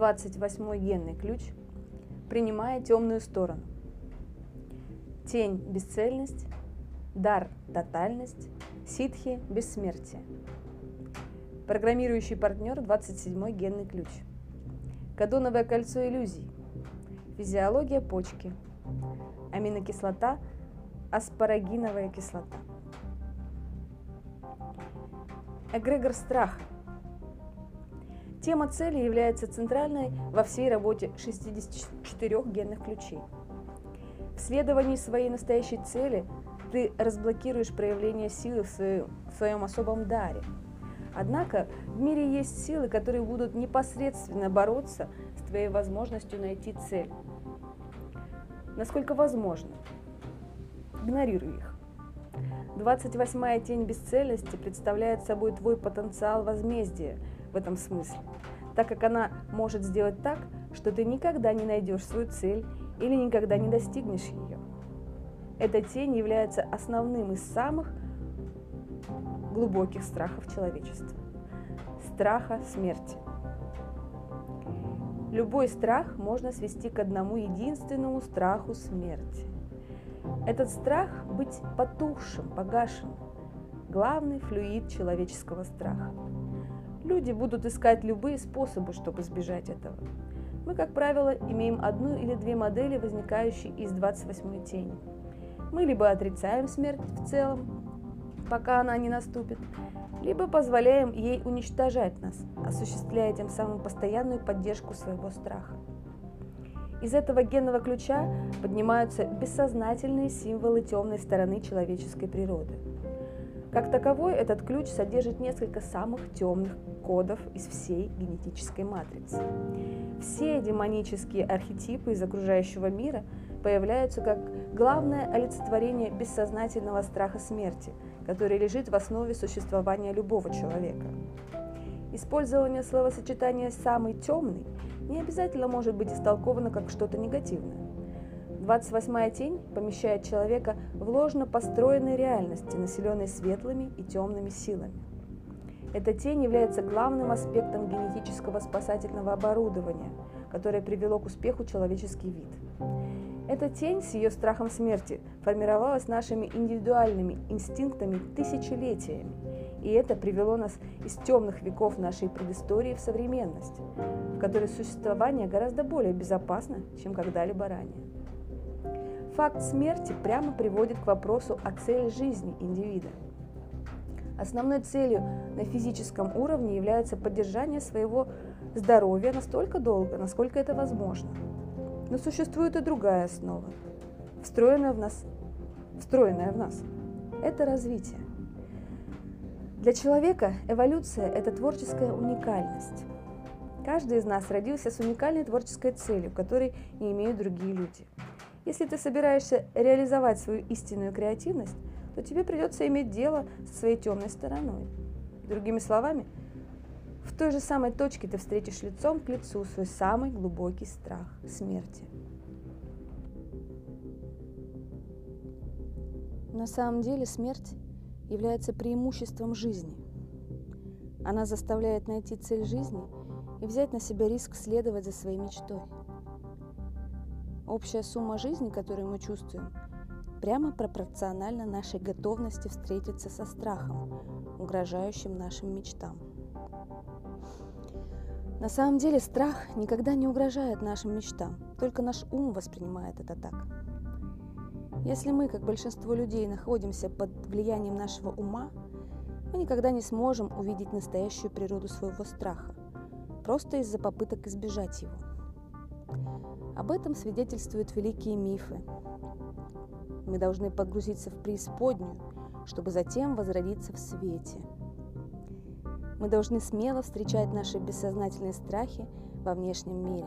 28-й генный ключ, принимая темную сторону. Тень – бесцельность, дар – тотальность, ситхи – бессмертие. Программирующий партнер – 27-й генный ключ. Кодоновое кольцо иллюзий, физиология почки, аминокислота – аспарагиновая кислота. Эгрегор страха. Тема цели является центральной во всей работе 64 генных ключей. В следовании своей настоящей цели ты разблокируешь проявление силы в своем особом даре. Однако в мире есть силы, которые будут непосредственно бороться с твоей возможностью найти цель. Насколько возможно, игнорируй их. 28-я тень бесцельности представляет собой твой потенциал возмездия в этом смысле, так как она может сделать так, что ты никогда не найдешь свою цель или никогда не достигнешь ее. Эта тень является основным из самых глубоких страхов человечества – страха смерти. Любой страх можно свести к одному единственному страху смерти. Этот страх – быть потухшим, погашенным – главный флюид человеческого страха. Люди будут искать любые способы, чтобы избежать этого. Мы, как правило, имеем одну или две модели, возникающие из 28-й тени. Мы либо отрицаем смерть в целом, пока она не наступит, либо позволяем ей уничтожать нас, осуществляя тем самым постоянную поддержку своего страха. Из этого генного ключа поднимаются бессознательные символы темной стороны человеческой природы. Как таковой, этот ключ содержит несколько самых темных кодов из всей генетической матрицы. Все демонические архетипы из окружающего мира появляются как главное олицетворение бессознательного страха смерти, который лежит в основе существования любого человека. Использование словосочетания «самый темный» не обязательно может быть истолковано как что-то негативное. 28-я тень помещает человека в ложно построенной реальности, населенной светлыми и темными силами. Эта тень является главным аспектом генетического спасательного оборудования, которое привело к успеху человеческий вид. Эта тень с ее страхом смерти формировалась нашими индивидуальными инстинктами тысячелетиями, и это привело нас из темных веков нашей предыстории в современность, в которой существование гораздо более безопасно, чем когда-либо ранее. Факт смерти прямо приводит к вопросу о цели жизни индивида. Основной целью на физическом уровне является поддержание своего здоровья настолько долго, насколько это возможно. Но существует и другая основа, встроенная в нас. Это развитие. Для человека эволюция – это творческая уникальность. Каждый из нас родился с уникальной творческой целью, которой не имеют другие люди. Если ты собираешься реализовать свою истинную креативность, то тебе придется иметь дело со своей темной стороной. Другими словами, в той же самой точке ты встретишь лицом к лицу свой самый глубокий страх смерти. На самом деле смерть является преимуществом жизни. Она заставляет найти цель жизни и взять на себя риск следовать за своей мечтой. Общая сумма жизни, которую мы чувствуем, прямо пропорциональна нашей готовности встретиться со страхом, угрожающим нашим мечтам. На самом деле страх никогда не угрожает нашим мечтам, только наш ум воспринимает это так. Если мы, как большинство людей, находимся под влиянием нашего ума, мы никогда не сможем увидеть настоящую природу своего страха, просто из-за попыток избежать его. Об этом свидетельствуют великие мифы. Мы должны погрузиться в преисподнюю, чтобы затем возродиться в свете. Мы должны смело встречать наши бессознательные страхи во внешнем мире.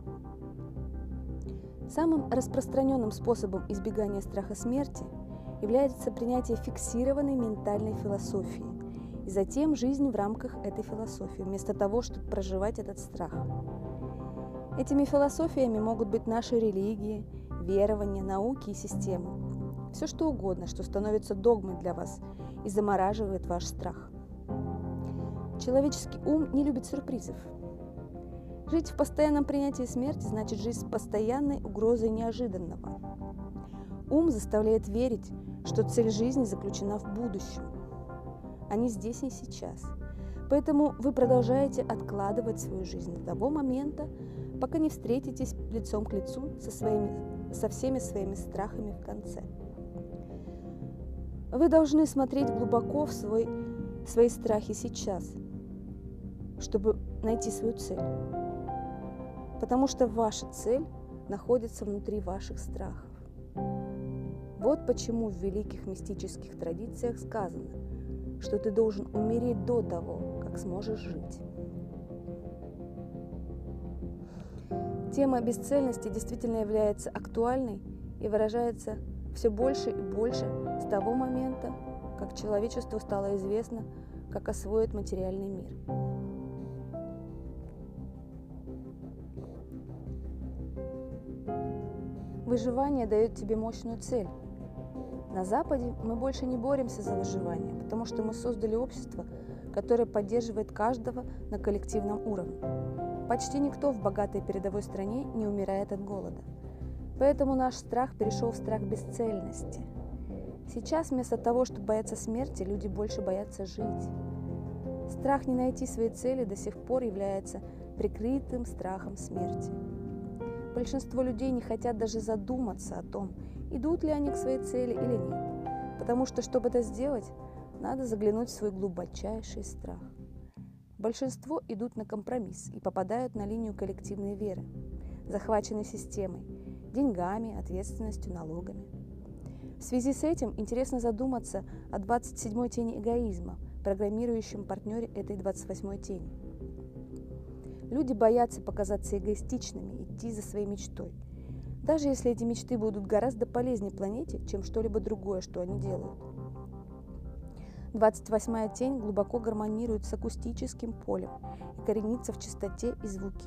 Самым распространенным способом избегания страха смерти является принятие фиксированной ментальной философии и затем жизнь в рамках этой философии, вместо того, чтобы проживать этот страх. Этими философиями могут быть наши религии, верования, науки и системы. Все что угодно, что становится догмой для вас и замораживает ваш страх. Человеческий ум не любит сюрпризов. Жить в постоянном принятии смерти значит жить с постоянной угрозой неожиданного. Ум заставляет верить, что цель жизни заключена в будущем, а не здесь и сейчас. Поэтому вы продолжаете откладывать свою жизнь до того момента, пока не встретитесь лицом к лицу со всеми своими страхами в конце. Вы должны смотреть глубоко в свои страхи сейчас, чтобы найти свою цель. Потому что ваша цель находится внутри ваших страхов. Вот почему в великих мистических традициях сказано, что ты должен умереть до того, как сможешь жить. Тема бесцельности действительно является актуальной и выражается все больше и больше с того момента, как человечеству стало известно, как освоить материальный мир. Выживание дает тебе мощную цель. На Западе мы больше не боремся за выживание, потому что мы создали общество, которое поддерживает каждого на коллективном уровне. Почти никто в богатой передовой стране не умирает от голода. Поэтому наш страх перешел в страх бесцельности. Сейчас вместо того, чтобы бояться смерти, люди больше боятся жить. Страх не найти своей цели до сих пор является прикрытым страхом смерти. Большинство людей не хотят даже задуматься о том, идут ли они к своей цели или нет, потому что, чтобы это сделать, надо заглянуть в свой глубочайший страх. Большинство идут на компромисс и попадают на линию коллективной веры, захваченной системой, деньгами, ответственностью, налогами. В связи с этим интересно задуматься о 27-й тени эгоизма, программирующем партнере этой 28-й тени. Люди боятся показаться эгоистичными, идти за своей мечтой, даже если эти мечты будут гораздо полезнее планете, чем что-либо другое, что они делают. 28-я тень глубоко гармонирует с акустическим полем и коренится в чистоте и звуке.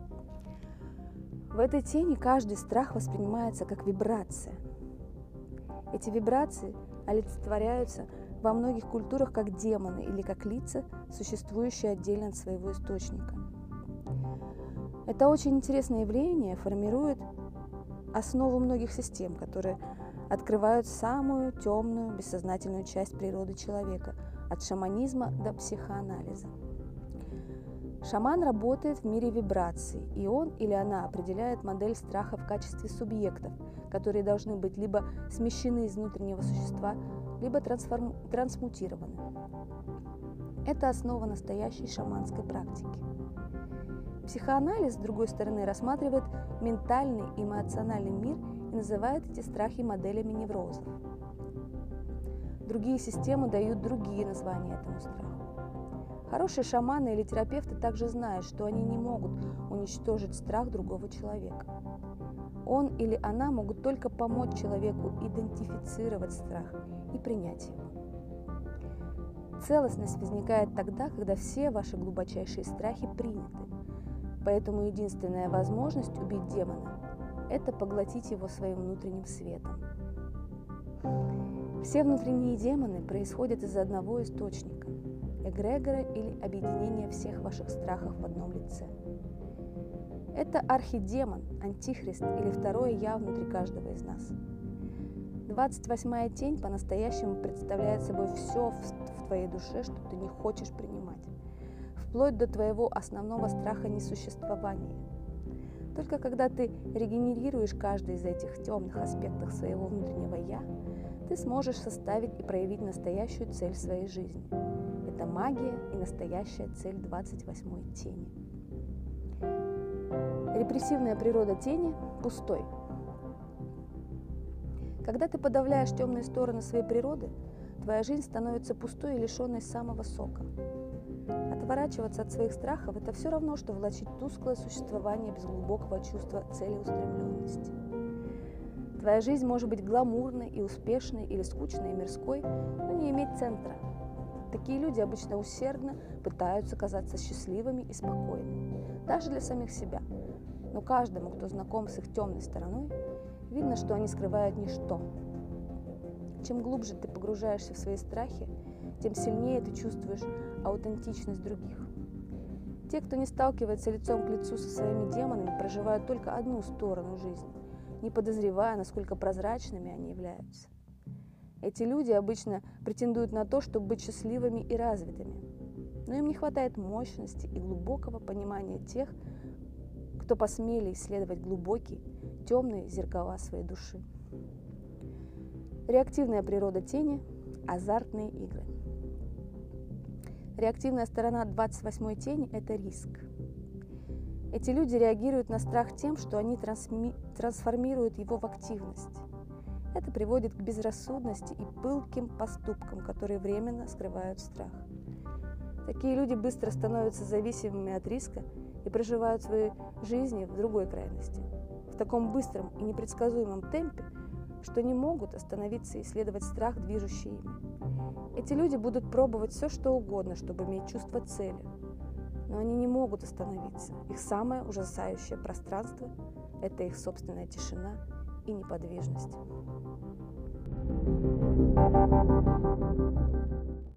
В этой тени каждый страх воспринимается как вибрация. Эти вибрации олицетворяются во многих культурах как демоны или как лица, существующие отдельно от своего источника. Это очень интересное явление формирует основу многих систем, которые открывают самую темную, бессознательную часть природы человека, от шаманизма до психоанализа. Шаман работает в мире вибраций, и он или она определяет модель страха в качестве субъектов, которые должны быть либо смещены из внутреннего существа, либо трансмутированы. Это основа настоящей шаманской практики. Психоанализ, с другой стороны, рассматривает ментальный и эмоциональный мир и называет эти страхи моделями неврозов. Другие системы дают другие названия этому страху. Хорошие шаманы или терапевты также знают, что они не могут уничтожить страх другого человека. Он или она могут только помочь человеку идентифицировать страх и принять его. Целостность возникает тогда, когда все ваши глубочайшие страхи приняты. Поэтому единственная возможность убить демона – это поглотить его своим внутренним светом. Все внутренние демоны происходят из одного источника – эгрегора или объединения всех ваших страхов в одном лице. Это архидемон, антихрист или второе «я» внутри каждого из нас. 28-я тень по-настоящему представляет собой все в твоей душе, что ты не хочешь принимать, вплоть до твоего основного страха несуществования. Только когда ты регенерируешь каждый из этих темных аспектов своего внутреннего «я», ты сможешь составить и проявить настоящую цель своей жизни. Это магия и настоящая цель 28-й тени. Репрессивная природа тени – пустой. Когда ты подавляешь темные стороны своей природы, твоя жизнь становится пустой и лишенной самого сока. Отворачиваться от своих страхов – это все равно, что влачить тусклое существование без глубокого чувства целеустремленности. Твоя жизнь может быть гламурной и успешной или скучной и мирской, но не иметь центра. Такие люди обычно усердно пытаются казаться счастливыми и спокойными, даже для самих себя. Но каждому, кто знаком с их темной стороной, видно, что они скрывают ничто. Чем глубже ты погружаешься в свои страхи, тем сильнее ты чувствуешь аутентичность других. Те, кто не сталкивается лицом к лицу со своими демонами, проживают только одну сторону жизни, не подозревая, насколько прозрачными они являются. Эти люди обычно претендуют на то, чтобы быть счастливыми и развитыми, но им не хватает мощности и глубокого понимания тех, кто посмели исследовать глубокие, темные зеркала своей души. Реактивная природа тени – азартные игры. Реактивная сторона 28-й тени – это риск. Эти люди реагируют на страх тем, что они трансформируют его в активность. Это приводит к безрассудности и пылким поступкам, которые временно скрывают страх. Такие люди быстро становятся зависимыми от риска и проживают свои жизни в другой крайности, в таком быстром и непредсказуемом темпе, что не могут остановиться и исследовать страх, движущий ими. Эти люди будут пробовать все, что угодно, чтобы иметь чувство цели, но они не могут остановиться. Их самое ужасающее пространство – это их собственная тишина и неподвижность.